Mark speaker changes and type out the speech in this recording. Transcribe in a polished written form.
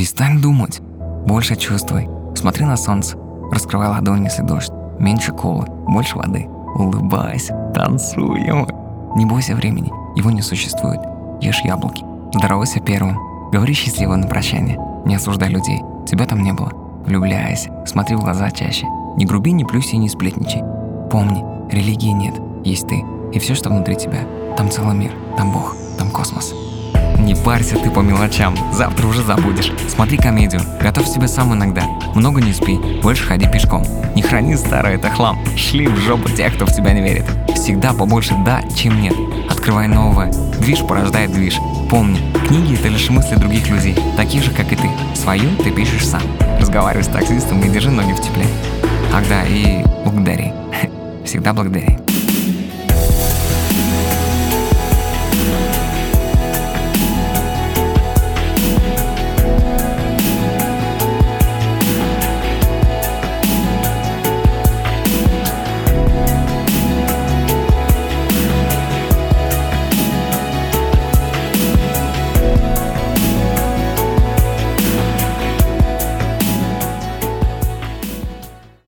Speaker 1: Перестань думать. Больше чувствуй. Смотри на солнце. Раскрывай ладони, если дождь. Меньше колы, больше воды. Улыбайся, танцуем. Не бойся времени, его не существует. Ешь яблоки. Здоровайся первым. Говори счастливо на прощание. Не осуждай людей. Тебя там не было. Влюбляйся. Смотри в глаза чаще. Не груби, не плюйся и не сплетничай. Помни, религии нет. Есть ты. И все, что внутри тебя. Там целый мир. Там Бог. Там космос. Не парься ты по мелочам, завтра уже забудешь. Смотри комедию, готовь себе сам иногда. Много не спи, больше ходи пешком. Не храни старое, это хлам. Шли в жопу тех, кто в тебя не верит. Всегда побольше да, чем нет. Открывай новое, движ порождает движ. Помни, книги — это лишь мысли других людей, таких же, как и ты. Свою ты пишешь сам. Разговаривай с таксистом и держи ноги в тепле. Ах да, и благодари. Всегда благодари.